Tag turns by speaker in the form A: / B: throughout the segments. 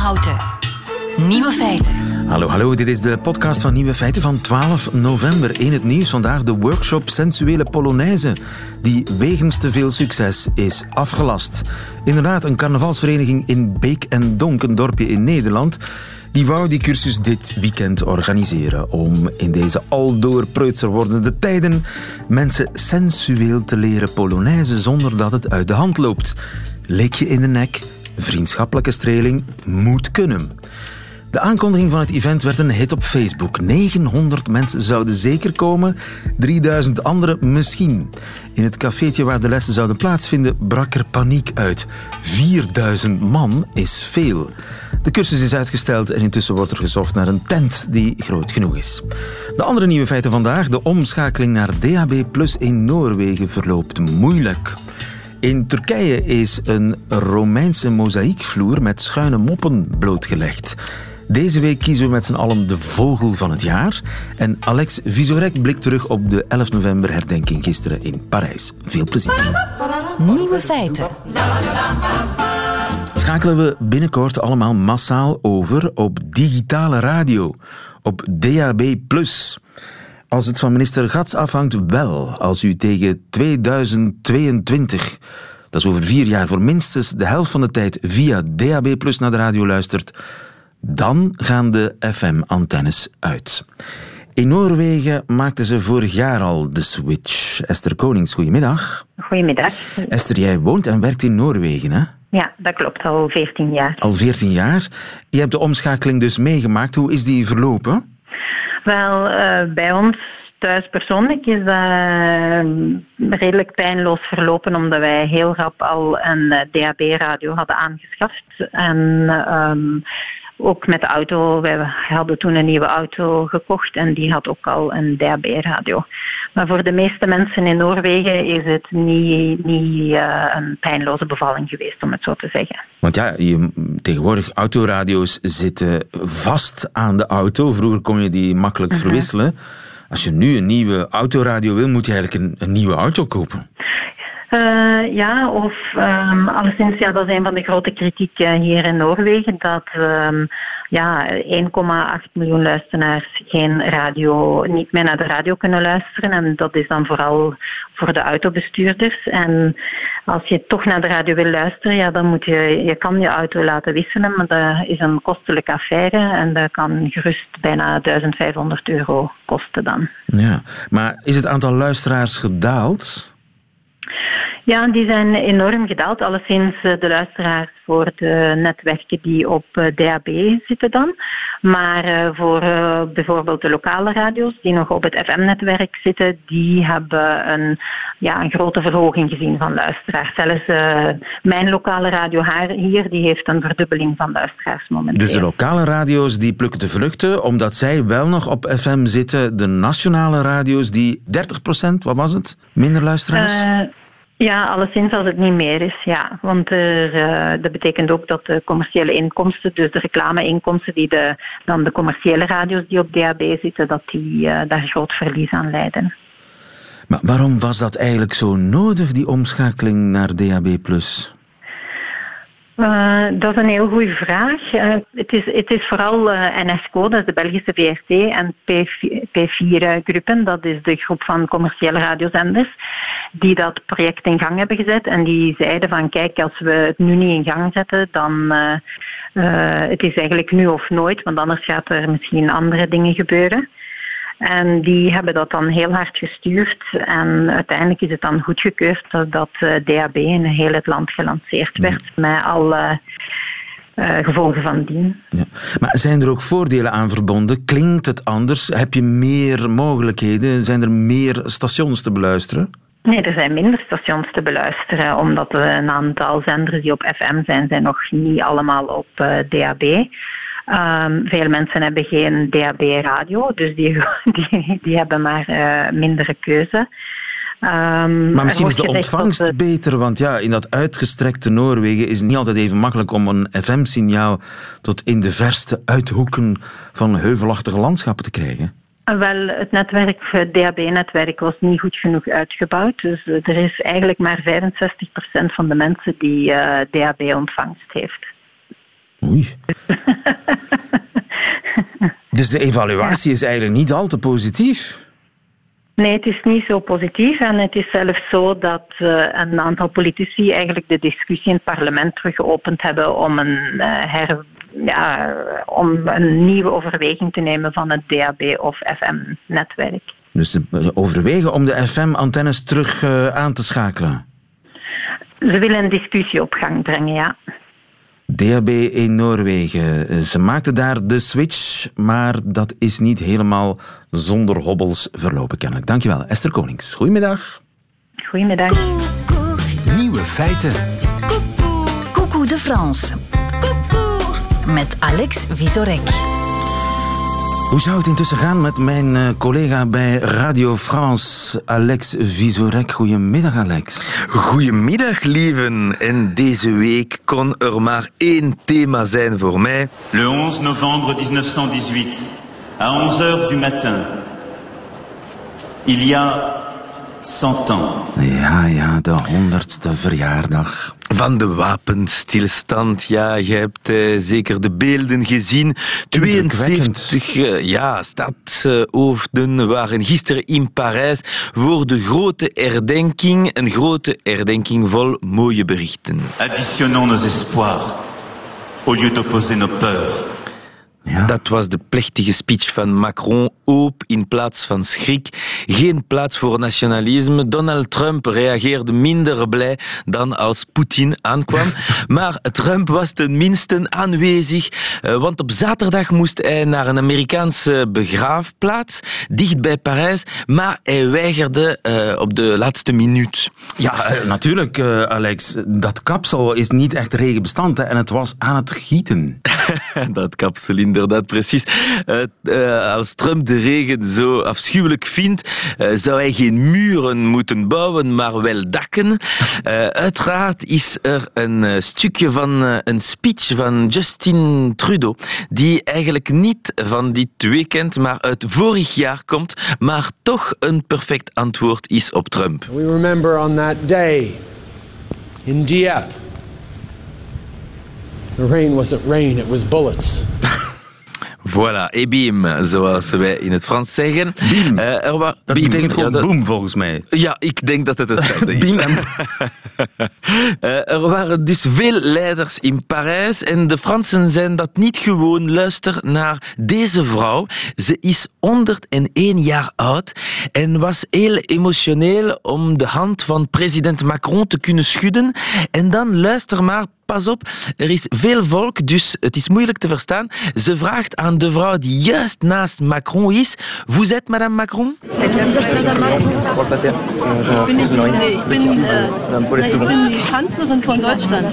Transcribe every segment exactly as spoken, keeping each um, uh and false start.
A: Houten. Nieuwe feiten.
B: Hallo, hallo. Dit is de podcast van Nieuwe Feiten van twaalf november. In het nieuws vandaag de workshop Sensuele Polonaise, die wegens te veel succes is afgelast. Inderdaad, een carnavalsvereniging in Beek en Donk, een dorpje in Nederland, die wou die cursus dit weekend organiseren om in deze aldoor preutser wordende tijden mensen sensueel te leren Polonaise zonder dat het uit de hand loopt. Likje in de nek, vriendschappelijke streling, moet kunnen. De aankondiging van het event werd een hit op Facebook. negenhonderd mensen zouden zeker komen, drieduizend anderen misschien. In het cafeetje waar de lessen zouden plaatsvinden brak er paniek uit. vierduizend man is veel. De cursus is uitgesteld en intussen wordt er gezocht naar een tent die groot genoeg is. De andere nieuwe feiten vandaag. De omschakeling naar D A B plus in Noorwegen verloopt moeilijk. In Turkije is een Romeinse mozaïekvloer met schuine moppen blootgelegd. Deze week kiezen we met z'n allen de vogel van het jaar. En Alex Vizorek blikt terug op de elf november herdenking gisteren in Parijs. Veel plezier.
A: Nieuwe feiten.
B: Schakelen we binnenkort allemaal massaal over op digitale radio. Op D A B plus. Als het van minister Gats afhangt, wel. Als u tegen tweeduizend tweeëntwintig, dat is over vier jaar, voor minstens de helft van de tijd via D A B plus naar de radio luistert, dan gaan de F M-antennes uit. In Noorwegen maakten ze vorig jaar al de switch. Esther Konings, goedemiddag.
C: Goedemiddag.
B: Esther, jij woont en werkt in Noorwegen, hè?
C: Ja, dat klopt, al veertien jaar.
B: Al veertien jaar. Je hebt de omschakeling dus meegemaakt. Hoe is die verlopen?
C: Wel, uh, bij ons thuis persoonlijk is dat uh, redelijk pijnloos verlopen, omdat wij heel rap al een uh, D A B-radio hadden aangeschaft. En um, ook met de auto, wij hadden toen een nieuwe auto gekocht en die had ook al een D A B-radio. Maar voor de meeste mensen in Noorwegen is het niet, niet uh, een pijnloze bevalling geweest, om het zo te zeggen.
B: Want ja, je, tegenwoordig autoradio's zitten vast aan de auto. Vroeger kon je die makkelijk uh-huh. verwisselen. Als je nu een nieuwe autoradio wil, moet je eigenlijk een, een nieuwe auto kopen.
C: Uh, ja, of um, alleszins, ja, dat is een van de grote kritieken hier in Noorwegen, dat um, ja, één komma acht miljoen luisteraars geen radio, niet meer naar de radio kunnen luisteren. En dat is dan vooral voor de autobestuurders. En als je toch naar de radio wil luisteren, ja, dan moet je, je kan je auto laten wisselen, maar dat is een kostelijke affaire en dat kan gerust bijna duizend vijfhonderd euro kosten dan.
B: Ja, maar is het aantal luisteraars gedaald?
C: Ja, die zijn enorm gedaald. Alleszins de luisteraars voor de netwerken die op D A B zitten dan. Maar voor bijvoorbeeld de lokale radio's die nog op het F M-netwerk zitten, die hebben een, ja, een grote verhoging gezien van luisteraars. Zelfs uh, mijn lokale radio hier, die heeft een verdubbeling van luisteraars momenteel.
B: Dus de lokale radio's die plukken de vruchten, omdat zij wel nog op F M zitten. De nationale radio's die dertig procent, wat was het? Minder luisteraars? Uh,
C: Ja, alleszins als het niet meer is, ja. Want er, uh, dat betekent ook dat de commerciële inkomsten, dus de reclame-inkomsten die de, dan de commerciële radio's die op D A B zitten, dat die uh, daar groot verlies aan lijden.
B: Maar waarom was dat eigenlijk zo nodig, die omschakeling naar D A B plus?
C: Uh, dat is een heel goede vraag. Uh, het, is, het is vooral uh, N S C O, dat is de Belgische V R T, en P vier-groepen, dat is de groep van commerciële radiozenders, die dat project in gang hebben gezet. En die zeiden van, kijk, als we het nu niet in gang zetten, dan uh, uh, het is eigenlijk nu of nooit, want anders gaat er misschien andere dingen gebeuren. En die hebben dat dan heel hard gestuurd. En uiteindelijk is het dan goedgekeurd dat D A B in heel het land gelanceerd werd. Ja. Met alle uh, gevolgen van dien.
B: Ja. Maar zijn er ook voordelen aan verbonden? Klinkt het anders? Heb je meer mogelijkheden? Zijn er meer stations te beluisteren?
C: Nee, er zijn minder stations te beluisteren. Omdat een aantal zenders die op F M zijn, zijn nog niet allemaal op uh, D A B. Um, veel mensen hebben geen D A B-radio, dus die, die, die hebben maar uh, mindere keuze. Um,
B: maar misschien is de ontvangst de... beter, want ja, in dat uitgestrekte Noorwegen is het niet altijd even makkelijk om een F M-signaal tot in de verste uithoeken van heuvelachtige landschappen te krijgen.
C: Wel, het netwerk, het D A B-netwerk was niet goed genoeg uitgebouwd, dus er is eigenlijk maar vijfenzestig procent van de mensen die uh, D A B-ontvangst heeft.
B: Oei. Dus de evaluatie is eigenlijk niet al te positief?
C: Nee, het is niet zo positief. En het is zelfs zo dat uh, een aantal politici eigenlijk de discussie in het parlement teruggeopend hebben om een, uh, her, ja, om een nieuwe overweging te nemen van het D A B of F M-netwerk.
B: Dus ze overwegen om de F M-antennes terug uh, aan te schakelen?
C: Ze willen een discussie op gang brengen, ja.
B: D A B in Noorwegen. Ze maakten daar de switch, maar dat is niet helemaal zonder hobbels verlopen kennelijk. Dankjewel, Esther Konings. Goedemiddag.
C: Goedemiddag.
A: Nieuwe feiten. Coucou de France. Met Alex Vizorek.
B: Hoe zou het intussen gaan met mijn uh, collega bij Radio France, Alex Vizorek? Goedemiddag, Alex.
D: Goedemiddag, lieven. En deze week kon er maar één thema zijn voor mij.
E: Le onze novembre dix-neuf cent dix-huit, à onze heures du matin, il y a cent ans.
B: Ja, ja, de honderdste verjaardag.
D: Van de wapenstilstand, ja, je hebt eh, zeker de beelden gezien. tweeënzeventig uh, ja, staatshoofden waren gisteren in Parijs voor de grote herdenking. Een grote herdenking vol mooie berichten.
E: Additionnons nos espoirs, au lieu d'opposer nos peurs.
D: Ja. Dat was de plechtige speech van Macron. Hoop in plaats van schrik. Geen plaats voor nationalisme. Donald Trump reageerde minder blij dan als Poetin aankwam. Maar Trump was tenminste aanwezig. Want op zaterdag moest hij naar een Amerikaanse begraafplaats dicht bij Parijs. Maar hij weigerde uh, op de laatste minuut.
B: Ja, uh, natuurlijk, uh, Alex. Dat kapsel is niet echt regenbestand. Hè, en het was aan het gieten.
D: Dat kapsel inderdaad, precies. Uh, uh, als Trump de regen zo afschuwelijk vindt, uh, zou hij geen muren moeten bouwen, maar wel dakken. Uh, uiteraard is er een uh, stukje van uh, een speech van Justin Trudeau, die eigenlijk niet van dit weekend, maar uit vorig jaar komt, maar toch een perfect antwoord is op Trump.
F: We remember on that day in Dieppe. The rain wasn't rain, it was bullets.
D: Voilà, et bim, zoals wij in het Frans zeggen.
B: Bim,
D: uh, er wa-
B: dat
D: bim.
B: betekent gewoon
D: ja, dat...
B: boom volgens mij.
D: Ja, ik denk dat het hetzelfde is.
B: Bim.
D: uh, er waren dus veel leiders in Parijs en de Fransen zijn dat niet gewoon. Luister naar deze vrouw. Ze is honderdéén jaar oud en was heel emotioneel om de hand van president Macron te kunnen schudden. En dan luister maar. Pas op, er is veel volk, dus het is moeilijk te verstaan. Ze vraagt aan de vrouw die juist naast Macron is. Vous êtes Madame Macron?
G: Ik ben, ik ben, ik ben, uh, ik ben die kanslerin van Duitsland.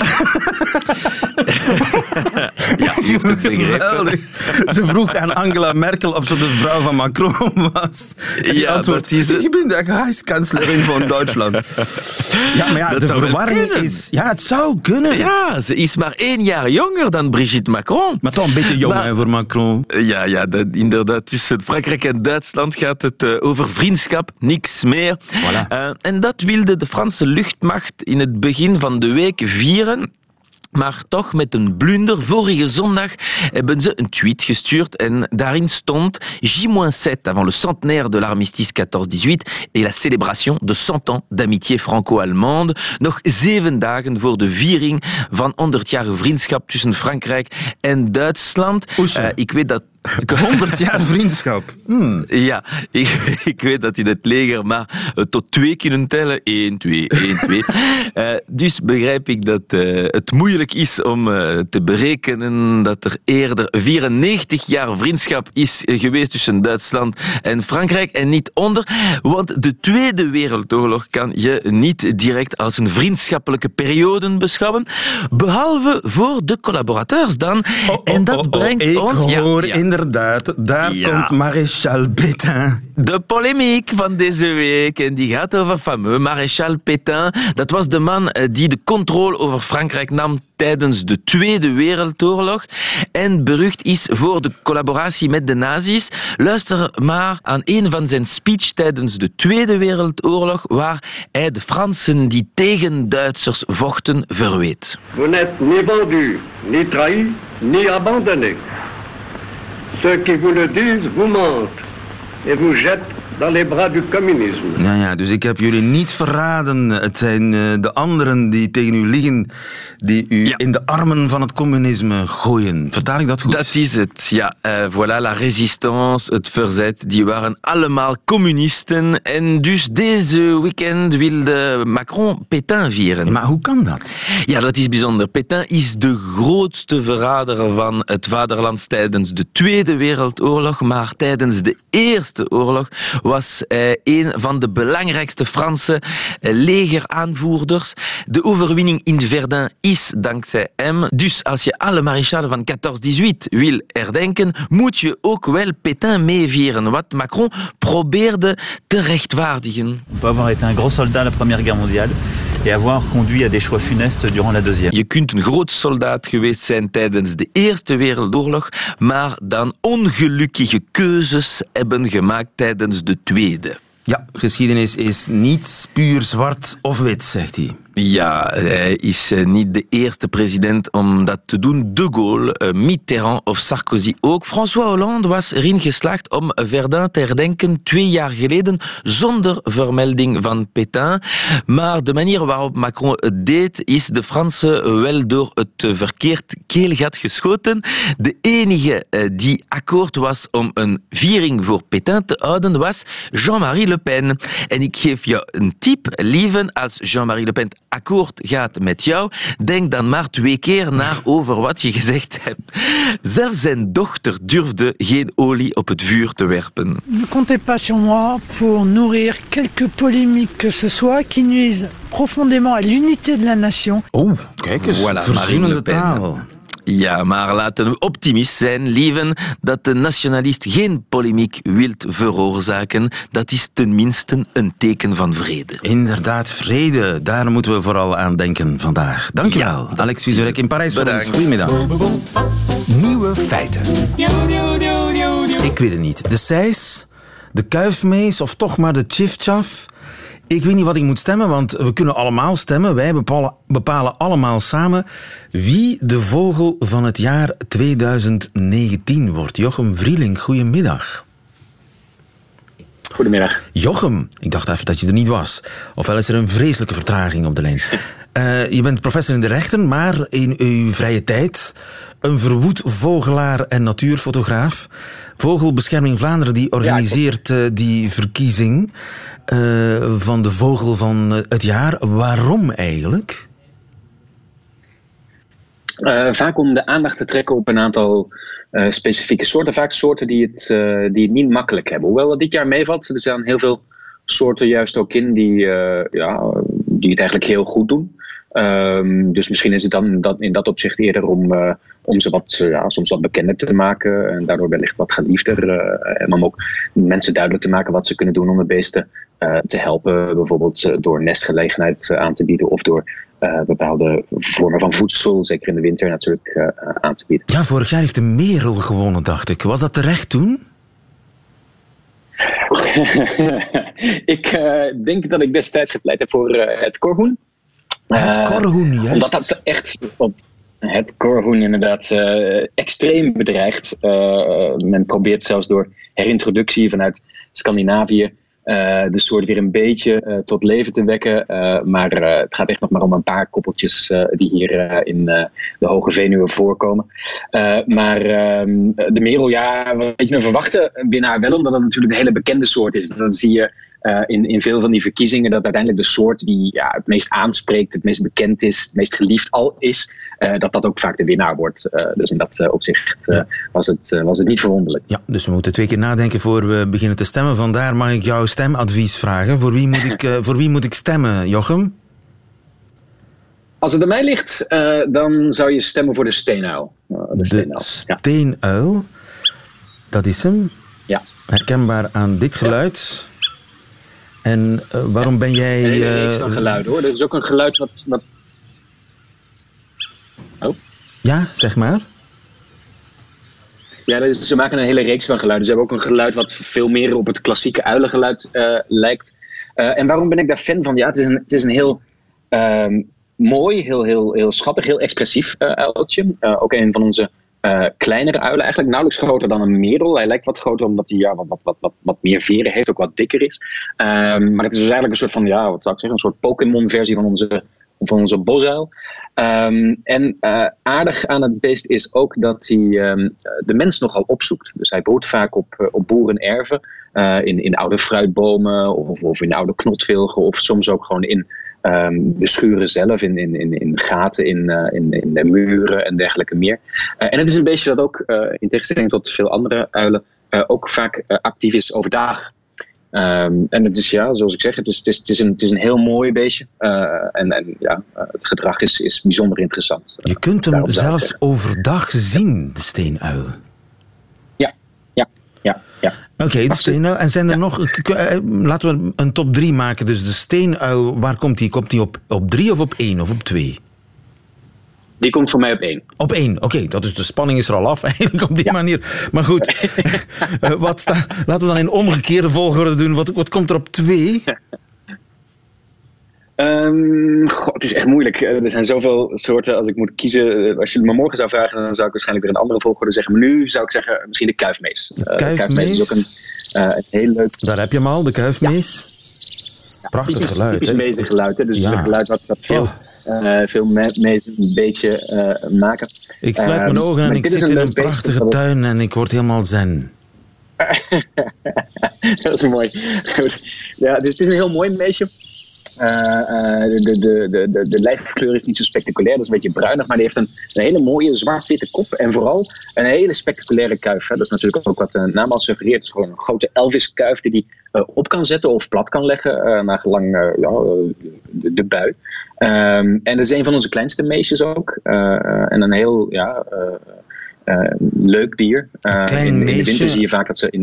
D: Ja, je hebt het begrepen.
B: Ze vroeg aan Angela Merkel of ze de vrouw van Macron was. En die
D: ja,
B: antwoord,
D: is
B: ik ben de Reichskanslerin van Duitsland. Ja, maar ja,
D: dat
B: de verwarring
D: kunnen.
B: is... Ja, het zou kunnen.
D: Ja, ze is maar één jaar jonger dan Brigitte Macron.
B: Maar toch een beetje jong,
D: maar,
B: hè, voor Macron.
D: Ja, ja dat, inderdaad. Tussen Frankrijk en Duitsland gaat het uh, over vriendschap, niks meer.
B: Voilà.
D: Uh, en dat wilde de Franse luchtmacht in het begin van de week vieren. Maar toch met een blunder. Vorige zondag hebben ze een tweet gestuurd en daarin stond J sept avant le centenaire de l'armistice quatorze dix-huit et la célébration de cent ans d'amitié franco-allemande. Nog zeven dagen voor de viering van honderd jaar vriendschap tussen Frankrijk en Duitsland. Uh, ik weet dat
B: honderd jaar vriendschap. Hmm.
D: Ja, ik, ik weet dat in het leger maar uh, tot twee kunnen tellen. Eén, twee, één, twee. Uh, dus begrijp ik dat uh, het moeilijk is om uh, te berekenen dat er eerder vierennegentig jaar vriendschap is geweest tussen Duitsland en Frankrijk en niet onder. Want de Tweede Wereldoorlog kan je niet direct als een vriendschappelijke periode beschouwen. Behalve voor de collaborateurs dan.
B: Oh, oh,
D: en dat
B: oh, oh,
D: brengt
B: ik
D: ons...
B: hoor
D: ja, ja.
B: inderdaad, daar
D: Ja.
B: komt Maréchal Pétain.
D: De polemiek van deze week, en die gaat over fameux Maréchal Pétain. Dat was de man die de controle over Frankrijk nam tijdens de Tweede Wereldoorlog en berucht is voor de collaboratie met de nazi's. Luister maar aan een van zijn speech tijdens de Tweede Wereldoorlog, waar hij de Fransen die tegen Duitsers vochten verweet.
H: Vous n'êtes ni vendu, ni trahi, ni abandonner. Ceux qui vous le disent vous mentent et vous jettent dans les bras du communisme.
B: Ja, ja, dus ik heb jullie niet verraden. Het zijn uh, de anderen die tegen u liegen, die u ja. in de armen van het communisme gooien. Vertaal ik dat goed?
D: Dat is het, ja. Uh, voilà, la résistance, het verzet, die waren allemaal communisten. En dus deze weekend wilde Macron Pétain vieren.
B: Ja, maar hoe kan dat?
D: Ja, dat is bijzonder. Pétain is de grootste verrader van het vaderland tijdens de Tweede Wereldoorlog, maar tijdens de Eerste Oorlog was uh, een van de belangrijkste Franse uh, legeraanvoerders. De overwinning in Verdun is dankzij hem. Dus als je alle maréchalen van veertien zestien wil herdenken, moet je ook wel Pétain meevieren, wat Macron probeerde te rechtvaardigen.
I: On peut avoir été un gros soldat à la Première Guerre mondiale et avoir conduit à des choix funestes durant la Deuxième.
D: Je kunt een groot soldaat geweest zijn tijdens de Eerste Wereldoorlog, maar dan ongelukkige keuzes hebben gemaakt tijdens de Tweede.
B: Ja, geschiedenis is niet puur zwart of wit, zegt hij.
D: Ja, hij is niet de eerste president om dat te doen. De Gaulle, Mitterrand of Sarkozy ook. François Hollande was erin geslaagd om Verdun te herdenken twee jaar geleden zonder vermelding van Pétain. Maar de manier waarop Macron het deed, is de Fransen wel door het verkeerd keelgat geschoten. De enige die akkoord was om een viering voor Pétain te houden, was Jean-Marie Le Pen. En ik geef jou een tip, lieve, als Jean-Marie Le Pen akkoord gaat met jou, denk dan maar twee keer na over wat je gezegd hebt. Zelfs zijn dochter durfde geen olie op het vuur te werpen.
J: Ne comptez pas sur moi pour nourrir quelque polémique que ce soit qui nuise profondément à l'unité de la nation.
B: Oh, kijk eens,
D: voilà,
B: verzoenende taal.
D: Ja, maar laten we optimist zijn, lieven, dat de nationalist geen polemiek wilt veroorzaken. Dat is tenminste een teken van vrede.
B: Inderdaad, vrede. Daar moeten we vooral aan denken vandaag. Dank je wel, ja, Alex Vizorek in Parijs voor ons. Goedemiddag. Nieuwe feiten. Ik weet het niet. De Seis, de Kuifmees of toch maar de Tjiftjaf? Ik weet niet wat ik moet stemmen, want we kunnen allemaal stemmen. Wij bepalen, bepalen allemaal samen wie de vogel van het jaar tweeduizend negentien wordt. Jochem Vrieling, goedemiddag.
K: Goedemiddag.
B: Jochem, ik dacht even dat je er niet was. Ofwel is er een vreselijke vertraging op de lijn. Uh, je bent professor in de rechten, maar in uw vrije tijd een verwoed vogelaar en natuurfotograaf. Vogelbescherming Vlaanderen die organiseert uh, die verkiezing uh, van de vogel van het jaar. Waarom eigenlijk?
K: Uh, vaak om de aandacht te trekken op een aantal uh, specifieke soorten. Vaak soorten die het, uh, die het niet makkelijk hebben. Hoewel het dit jaar meevalt, er zijn heel veel soorten juist ook in die, uh, ja, die het eigenlijk heel goed doen. Um, dus misschien is het dan dat, in dat opzicht eerder om, uh, om ze wat, uh, ja, soms wat bekender te maken en daardoor wellicht wat geliefder. Uh, en om ook mensen duidelijk te maken wat ze kunnen doen om de beesten uh, te helpen. Bijvoorbeeld uh, door nestgelegenheid uh, aan te bieden of door uh, bepaalde vormen van voedsel, zeker in de winter natuurlijk, uh, aan te bieden.
B: Ja, vorig jaar heeft de merel gewonnen, dacht ik. Was dat terecht toen?
K: ik uh, denk dat ik destijds gepleit heb voor uh, het korhoen.
B: Het korhoen, juist.
K: Uh, omdat dat echt het korhoen inderdaad uh, extreem bedreigt. Uh, men probeert zelfs door herintroductie vanuit Scandinavië uh, de soort weer een beetje uh, tot leven te wekken. Uh, maar uh, het gaat echt nog maar om een paar koppeltjes uh, die hier uh, in uh, de Hoge Veluwe voorkomen. Uh, maar uh, de merel, ja, wat je nou verwachten, winnaar wel, omdat het natuurlijk een hele bekende soort is. Dan zie je Uh, in, in veel van die verkiezingen dat uiteindelijk de soort die ja, het meest aanspreekt, het meest bekend is, het meest geliefd al is, uh, dat dat ook vaak de winnaar wordt. Uh, dus in dat uh, opzicht uh, ja. was, het, uh, was het niet verwonderlijk.
B: Ja, dus we moeten twee keer nadenken voor we beginnen te stemmen. Vandaar mag ik jouw stemadvies vragen. Voor wie moet ik, uh, voor wie moet ik stemmen, Jochem?
K: Als het aan mij ligt, uh, dan zou je stemmen voor de steenuil. Uh, de,
B: de
K: steenuil, ja.
B: steenuil, dat is hem.
K: Ja.
B: Herkenbaar aan dit geluid. En uh, waarom ben jij...
K: Een hele reeks van geluiden, hoor. Er is ook een geluid wat... wat... Oh?
B: Ja, zeg maar.
K: Ja, dus ze maken een hele reeks van geluiden. Ze hebben ook een geluid wat veel meer op het klassieke uilengeluid uh, lijkt. Uh, en waarom ben ik daar fan van? Ja, het is een, het is een heel uh, mooi, heel, heel, heel schattig, heel expressief uh, uiltje. Uh, ook een van onze uh, kleinere uilen. Eigenlijk nauwelijks groter dan een merel. Hij lijkt wat groter omdat hij ja, wat, wat, wat, wat, wat meer veren heeft, ook wat dikker is. Um, maar het is dus eigenlijk een soort van, ja, wat zou ik zeggen, een soort Pokémon-versie van onze, van onze bosuil. Um, en uh, aardig aan het beest is ook dat hij um, de mens nogal opzoekt. Dus hij broedt vaak op, uh, op boerenerven, uh, in, in oude fruitbomen of, of in oude knotwilgen of soms ook gewoon in um, de schuren zelf, in, in, in, in gaten, in, uh, in, in de muren en dergelijke meer. Uh, en het is een beestje dat ook, uh, in tegenstelling tot veel andere uilen, uh, ook vaak uh, actief is overdag. Um, en het is, ja, zoals ik zeg, het is, het is, het is, een, het is een heel mooi beestje. Uh, en en ja, uh, het gedrag is, is bijzonder interessant.
B: Je kunt hem Daarom zelfs overdag zien, de steenuil.
K: Ja, ja, ja. ja.
B: Oké, okay, de steenuil. En zijn er ja. nog... Laten we een top drie maken. Dus de steenuil, waar komt die? Komt die op, op drie of op één of op twee?
K: Die komt voor mij op één.
B: Op één, oké. Okay, dat is de spanning is er al af, eigenlijk op die ja. manier. Maar goed, uh, wat sta, laten we dan in omgekeerde volgorde doen. Wat, wat komt er op twee?
K: Um, goh, het is echt moeilijk. Er zijn zoveel soorten. Als ik moet kiezen, als je het me morgen zou vragen, dan zou ik waarschijnlijk weer een andere volgorde zeggen. Maar nu zou ik zeggen, misschien de kuifmees.
B: De kuifmees? Uh, de kuifmees is ook een, uh, een heel leuk... Daar heb je hem al, de kuifmees.
K: Ja.
B: Prachtig
K: typisch,
B: geluid.
K: Typisch
B: hè?
K: mezengeluid, hè? Dus ja. een geluid wat, wat veel... Oh. Uh, veel mezen een beetje uh, maken.
B: Ik sluit mijn ogen uh, en ik zit in een prachtige beest, tuin en ik word helemaal zen.
K: Dat is mooi. Goed. Ja, dus het is een heel mooi beestje. Uh, uh, de, de, de, de, de lijfkleur is niet zo spectaculair, dat is een beetje bruinig, maar die heeft een, een hele mooie zwart-witte kop en vooral een hele spectaculaire kuif. Hè. Dat is natuurlijk ook wat de naam al suggereert. Het is gewoon een grote Elvis-kuif die hij uh, op kan zetten of plat kan leggen uh, naar gelang uh, ja, uh, de, de bui. Um, en dat is een van onze kleinste meesjes ook. Uh, en een heel ja, uh, uh, leuk dier. Uh,
B: klein
K: in, in
B: meesje.
K: de winter zie je vaak dat ze in...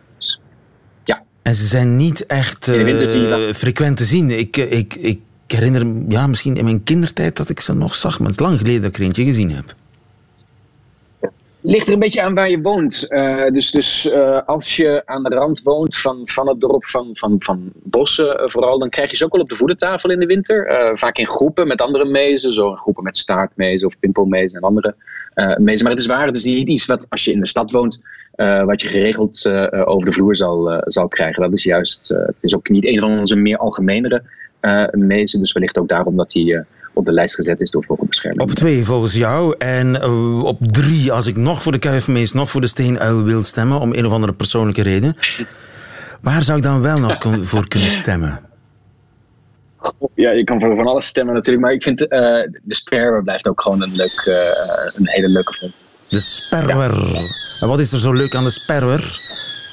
B: En ze zijn niet echt uh, frequent te zien. Ik, ik, ik herinner me, ja, misschien in mijn kindertijd dat ik ze nog zag, maar het is lang geleden dat ik er eentje gezien heb.
K: Ligt er een beetje aan waar je woont. Uh, dus dus uh, als je aan de rand woont van, van het dorp van, van, van bossen uh, vooral, dan krijg je ze ook wel op de voedertafel in de winter. Uh, vaak in groepen met andere mezen, zo in groepen met staartmezen of pimpelmezen en andere uh, mezen. Maar het is waar, het is niet iets wat als je in de stad woont, uh, wat je geregeld uh, over de vloer zal, uh, zal krijgen. Dat is juist, uh, het is ook niet een van onze meer algemenere uh, mezen, dus wellicht ook daarom dat die... Uh, op de lijst gezet is door vogelbescherming.
B: Op twee volgens jou. En uh, op drie, als ik nog voor de kuifmees, nog voor de steenuil wil stemmen, om een of andere persoonlijke reden. Waar zou ik dan wel nog kon, voor kunnen stemmen?
K: Ja, je kan voor van alles stemmen natuurlijk, maar ik vind uh, de sperwer blijft ook gewoon een, leuk, uh, een hele leuke film.
B: De sperwer. Ja. En wat is er zo leuk aan de sperwer?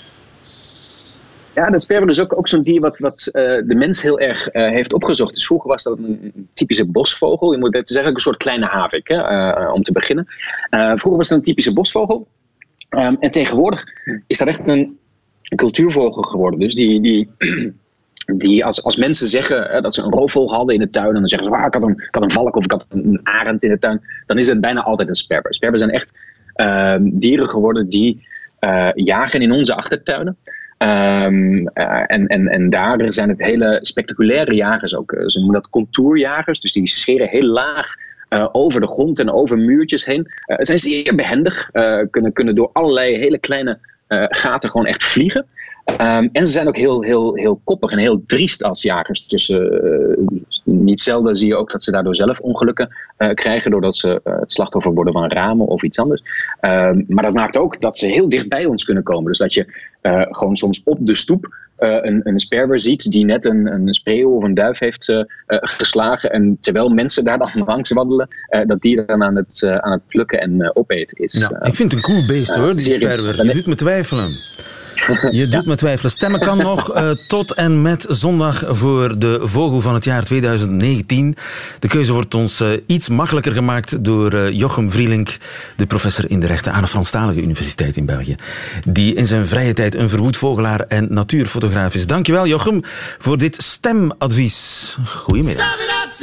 K: Ja, de sperwer is ook, ook zo'n dier wat, wat uh, de mens heel erg uh, heeft opgezocht. Dus vroeger was dat een, een typische bosvogel. Je moet, het is eigenlijk een soort kleine havik, hè, uh, om te beginnen. Uh, vroeger was het een typische bosvogel. Um, en tegenwoordig is dat echt een, een cultuurvogel geworden. Dus die, die, die als, als mensen zeggen uh, dat ze een roofvogel hadden in de tuin, en dan zeggen ze, ah, ik, had een, ik had een valk of ik had een arend in de tuin, dan is het bijna altijd een sperwer. Sperwer zijn echt uh, dieren geworden die uh, jagen in onze achtertuinen. Um, uh, en, en, en daar zijn het hele spectaculaire jagers ook. Ze noemen dat contourjagers. Dus die scheren heel laag uh, over de grond en over muurtjes heen. Uh, zijn zeer behendig. Uh, kunnen, kunnen door allerlei hele kleine uh, gaten gewoon echt vliegen. Um, en ze zijn ook heel, heel, heel koppig en heel driest als jagers. Dus uh, niet zelden zie je ook dat ze daardoor zelf ongelukken uh, krijgen. Doordat ze uh, het slachtoffer worden van ramen of iets anders. Um, maar dat maakt ook dat ze heel dicht bij ons kunnen komen. Dus dat je uh, gewoon soms op de stoep uh, een, een sperwer ziet die net een, een spreeuw of een duif heeft uh, uh, geslagen. En terwijl mensen daar dan langs wandelen, uh, dat die dan aan het, uh, aan het plukken en uh, opeten is.
B: Ja, uh, ik vind het een cool beest hoor, die sperwer. Je doet me twijfelen. Je doet ja. me twijfelen. Stemmen kan nog uh, tot en met zondag voor de vogel van het jaar tweeduizend negentien. De keuze wordt ons uh, iets makkelijker gemaakt door uh, Jochem Vrielink, de professor in de rechten aan de Franstalige Universiteit in België, die in zijn vrije tijd een verwoed vogelaar en natuurfotograaf is. Dankjewel Jochem voor dit stemadvies. Goedemiddag.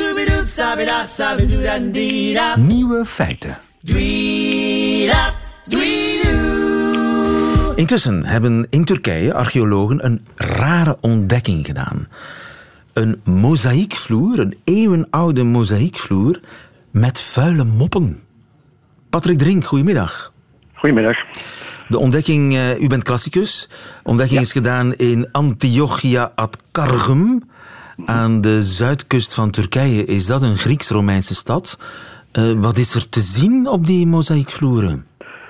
B: Nieuwe feiten. Intussen hebben in Turkije archeologen een rare ontdekking gedaan. Een mozaïekvloer, een eeuwenoude mozaïekvloer met vuile moppen. Patrick Drink, goedemiddag.
L: Goedemiddag.
B: De ontdekking, uh, u bent klassicus. Ontdekking ja. is gedaan in Antiochia ad Cargum, aan de zuidkust van Turkije. Is dat een Grieks-Romeinse stad? Uh, wat is er te zien op die mozaïekvloeren?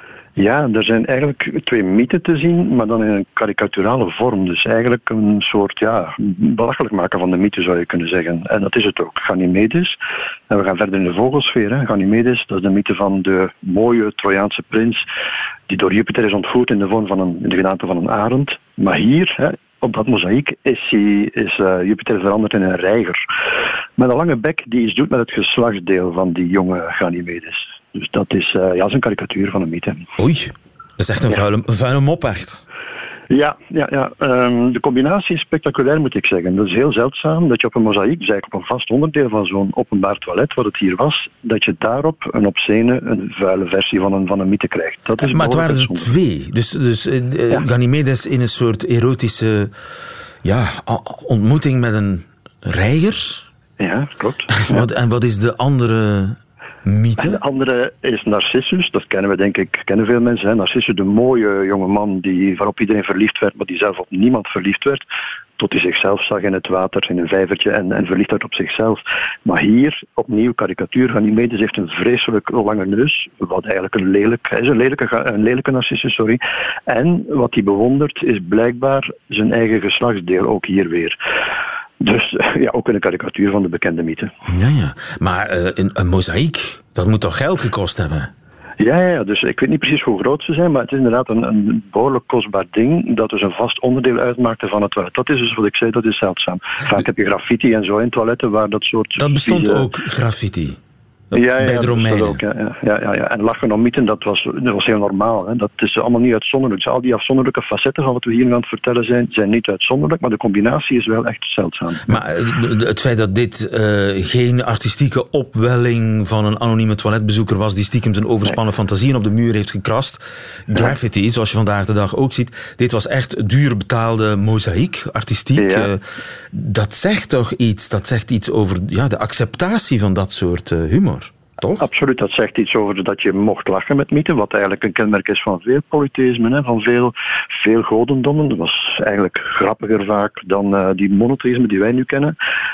L: Ja, er zijn eigenlijk twee mythen te zien, maar dan in een karikaturale vorm. Dus eigenlijk een soort, ja, belachelijk maken van de mythe zou je kunnen zeggen. En dat is het ook. Ganymedes. En we gaan verder in de vogelsfeer. Hè. Ganymedes, dat is de mythe van de mooie Trojaanse prins die door Jupiter is ontvoerd in de vorm van een, in de gedaante van een arend. Maar hier, hè, op dat mozaïek, is, hij, is uh, Jupiter veranderd in een reiger. Met een lange bek die iets doet met het geslachtsdeel van die jonge Ganymedes. Dus dat is, uh, ja, is een karikatuur van een mythe.
B: Oei, dat is echt een, ja. vuile, een vuile mop, echt.
L: Ja, ja, ja. Um, de combinatie is spectaculair, moet ik zeggen. Dat is heel zeldzaam dat je op een mozaïek, dus eigenlijk op een vast onderdeel van zo'n openbaar toilet, wat het hier was, dat je daarop een obscene, een vuile versie van een, van een mythe krijgt. Dat is
B: maar het waren er twee. Dus, dus uh, ja. Ganymedes in een soort erotische ja, ontmoeting met een reiger.
L: Ja, klopt.
B: Wat, en wat is de andere mythe?
L: En de andere is Narcissus. Dat kennen we, denk ik, kennen veel mensen. Hè? Narcissus, de mooie jonge man die, waarop iedereen verliefd werd, maar die zelf op niemand verliefd werd. Tot hij zichzelf zag in het water, in een vijvertje en, en verliefd werd op zichzelf. Maar hier, opnieuw karikatuur. Ganymedes heeft een vreselijk lange neus. Wat eigenlijk een lelijk, hij is een lelijke, een lelijke Narcissus, sorry. En wat hij bewondert is blijkbaar zijn eigen geslachtsdeel, ook hier weer. Dus ja, ook een karikatuur van de bekende mythe.
B: Ja, ja. Maar uh, een, een mozaïek, dat moet toch geld gekost hebben?
L: Ja, ja, dus ik weet niet precies hoe groot ze zijn, maar het is inderdaad een, een behoorlijk kostbaar ding dat dus een vast onderdeel uitmaakte van het toilet. Dat is dus wat ik zei, dat is zeldzaam. Vaak heb je graffiti en zo in toiletten waar dat soort...
B: Dat bestond vieze... ook, graffiti?
L: Ja, ja,
B: bij de Romeinen.
L: Ook, ja, ja, ja, ja. En lachen om mythen, dat was, dat was heel normaal. Hè. Dat is allemaal niet uitzonderlijk. Dus al die afzonderlijke facetten van wat we hier nu aan het vertellen zijn, zijn niet uitzonderlijk, maar de combinatie is wel echt zeldzaam.
B: Maar het feit dat dit uh, geen artistieke opwelling van een anonieme toiletbezoeker was die stiekem zijn overspannen nee. fantasieën op de muur heeft gekrast, graffiti, ja. zoals je vandaag de dag ook ziet, dit was echt duur betaalde mozaïek, artistiek. Ja. Uh, dat zegt toch iets, dat zegt iets over ja, de acceptatie van dat soort uh, humor. Toch?
L: Absoluut, dat zegt iets over dat je mocht lachen met mythen, wat eigenlijk een kenmerk is van veel polytheïsmen, hè, van veel, veel godendommen. Dat was eigenlijk grappiger vaak dan uh, die monotheïsmen die wij nu kennen.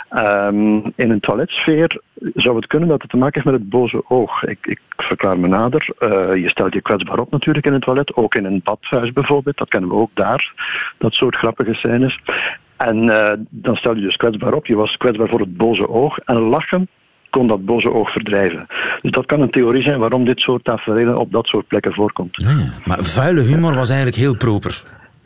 L: Um, in een toiletsfeer zou het kunnen dat het te maken heeft met het boze oog. Ik, ik verklaar me nader. Uh, je stelt je kwetsbaar op natuurlijk in een toilet, ook in een badhuis bijvoorbeeld, dat kennen we ook daar, dat soort grappige scènes. En uh, dan stel je dus kwetsbaar op, je was kwetsbaar voor het boze oog en lachen kon dat boze oog verdrijven. Dus dat kan een theorie zijn waarom dit soort taferelen op dat soort plekken voorkomt.
B: Ja, ja. Maar vuile humor was eigenlijk heel proper.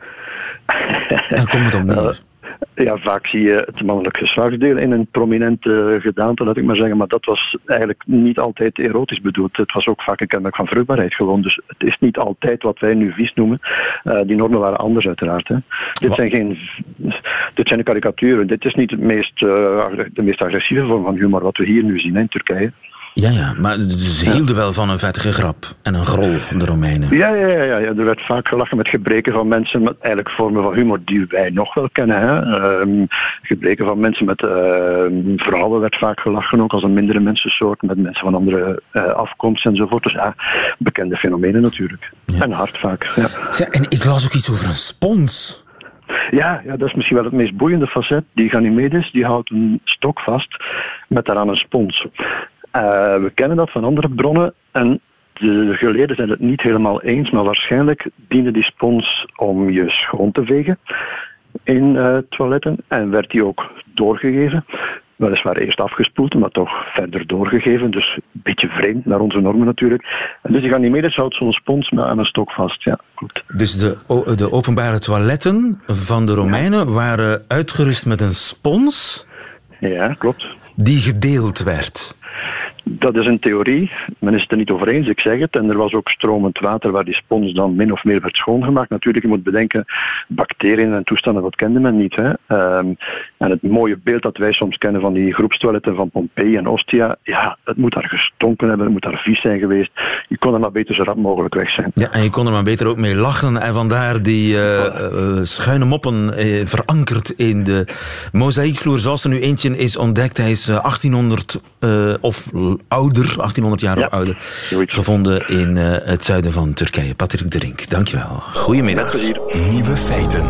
B: Daar komt het op neer.
L: Ja, vaak zie je het mannelijk geslachtsdeel in een prominente gedaante, laat ik maar zeggen. Maar dat was eigenlijk niet altijd erotisch bedoeld. Het was ook vaak een kenmerk van vruchtbaarheid gewoon. Dus het is niet altijd wat wij nu vies noemen. Uh, die normen waren anders uiteraard. Hè. Dit, zijn geen, dit zijn de karikaturen. Dit is niet het meest, uh, de meest agressieve vorm van humor wat we hier nu zien hè, in Turkije.
B: Ja, ja, maar ze hielden wel van een vettige grap en een grol, de Romeinen.
L: Ja, ja, ja, ja, er werd vaak gelachen met gebreken van mensen, met eigenlijk vormen van humor die wij nog wel kennen. Hè. Um, gebreken van mensen met uh, vrouwen werd vaak gelachen, ook als een mindere mensensoort, met mensen van andere uh, afkomst enzovoort. Dus ja, bekende fenomenen natuurlijk. Ja. En hard vaak, ja.
B: Zeg, en ik las ook iets over een spons.
L: Ja, ja, dat is misschien wel het meest boeiende facet. Die Ganymedes, die houdt een stok vast met daaraan een spons. Uh, we kennen dat van andere bronnen en de geleerden zijn het niet helemaal eens, maar waarschijnlijk diende die spons om je schoon te vegen in uh, toiletten en werd die ook doorgegeven. Weliswaar eerst afgespoeld, maar toch verder doorgegeven. Dus een beetje vreemd naar onze normen natuurlijk. En dus die Ganymedes houdt zo'n spons aan een stok vast. Ja, goed.
B: Dus de, de openbare toiletten van de Romeinen ja. waren uitgerust met een spons?
L: Ja, klopt.
B: Die gedeeld werd?
L: Dat is een theorie. Men is het er niet over eens, ik zeg het. En er was ook stromend water waar die spons dan min of meer werd schoongemaakt. Natuurlijk, je moet bedenken, bacteriën en toestanden, dat kende men niet. Hè. Um, en het mooie beeld dat wij soms kennen van die groepstoiletten van Pompeii en Ostia, ja, het moet daar gestonken hebben, het moet daar vies zijn geweest. Je kon er maar beter zo rap mogelijk weg zijn.
B: Ja, en je kon er maar beter ook mee lachen. En vandaar die uh, uh, schuine moppen uh, verankerd in de mozaïekvloer, zoals er nu eentje is ontdekt. Hij is uh, achttienhonderd uh, of ouder, achttienhonderd jaar ja, of ouder, zoiets. Gevonden in uh, het zuiden van Turkije. Patrick de Rink, dankjewel. Goedemiddag.
A: Nieuwe feiten.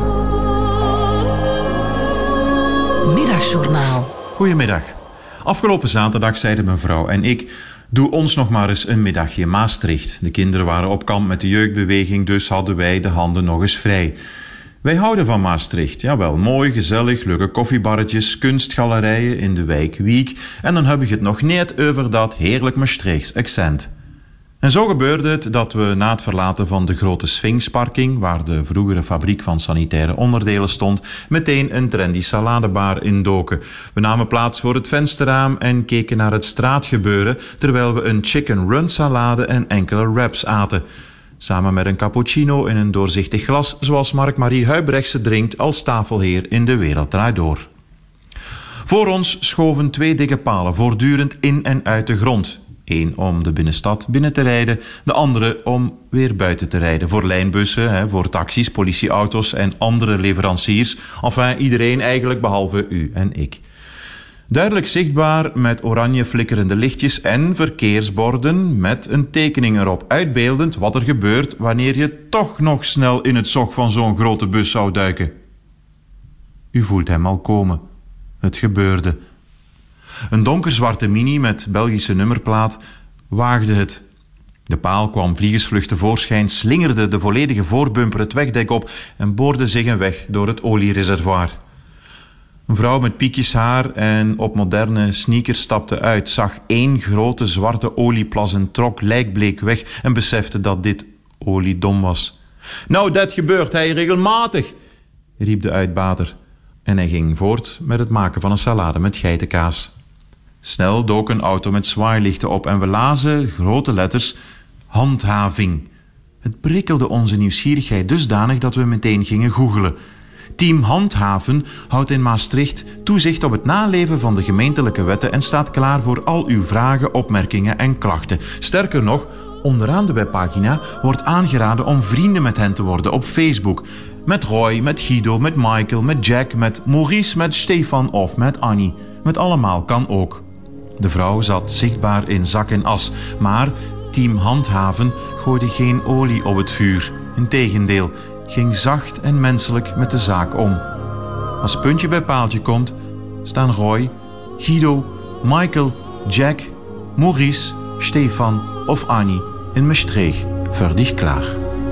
A: Middagjournaal.
M: Goedemiddag. Afgelopen zaterdag zeiden mijn vrouw en ik: doe ons nog maar eens een middagje Maastricht. De kinderen waren op kamp met de jeugdbeweging, dus hadden wij de handen nog eens vrij. Wij houden van Maastricht. Jawel, mooi, gezellig, leuke koffiebarretjes, kunstgalerijen in de wijk Wiek. En dan heb ik het nog niet over dat heerlijk Maastrichts accent. En zo gebeurde het dat we na het verlaten van de grote Sphinxparking, waar de vroegere fabriek van sanitaire onderdelen stond, meteen een trendy saladebar indoken. We namen plaats voor het vensterraam en keken naar het straatgebeuren, terwijl we een chicken run salade en enkele wraps aten. Samen met een cappuccino in een doorzichtig glas, zoals Mark-Marie Huibrechtse drinkt als tafelheer in De Wereld Draait Door. Voor ons schoven twee dikke palen voortdurend in en uit de grond. Eén om de binnenstad binnen te rijden, de andere om weer buiten te rijden. Voor lijnbussen, voor taxis, politieauto's en andere leveranciers. Enfin, iedereen eigenlijk behalve u en ik. Duidelijk zichtbaar met oranje flikkerende lichtjes en verkeersborden met een tekening erop, uitbeeldend wat er gebeurt wanneer je toch nog snel in het zog van zo'n grote bus zou duiken. U voelt hem al komen. Het gebeurde. Een donkerzwarte Mini met Belgische nummerplaat waagde het. De paal kwam vliegensvlug tevoorschijn, slingerde de volledige voorbumper het wegdek op en boorde zich een weg door het oliereservoir. Een vrouw met piekjes haar en op moderne sneakers stapte uit, zag één grote zwarte olieplas en trok lijkbleek weg en besefte dat dit oliedom was. Nou, dat gebeurt hij regelmatig, riep de uitbater. En hij ging voort met het maken van een salade met geitenkaas. Snel dook een auto met zwaailichten op en we lazen grote letters handhaving. Het prikkelde onze nieuwsgierigheid dusdanig dat we meteen gingen googelen. Team Handhaven houdt in Maastricht toezicht op het naleven van de gemeentelijke wetten en staat klaar voor al uw vragen, opmerkingen en klachten. Sterker nog, onderaan de webpagina wordt aangeraden om vrienden met hen te worden op Facebook. Met Roy, met Guido, met Michael, met Jack, met Maurice, met Stefan of met Annie. Met allemaal kan ook. De vrouw zat zichtbaar in zak en as, maar Team Handhaven gooide geen olie op het vuur. Integendeel, ging zacht en menselijk met de zaak om. Als puntje bij paaltje komt, staan Roy, Guido, Michael, Jack, Maurice, Stefan of Annie in Maastricht voor dich klaar.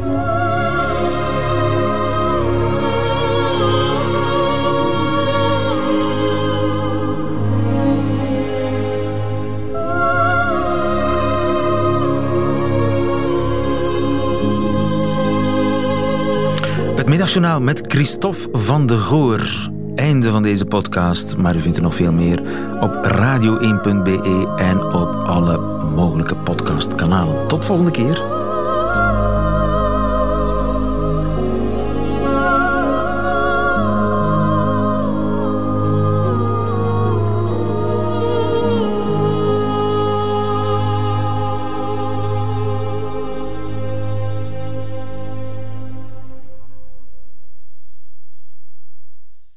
B: Het Middagjournaal met Christophe van de Goor. Einde van deze podcast, maar u vindt er nog veel meer op radio één punt be en op alle mogelijke podcastkanalen. Tot volgende keer.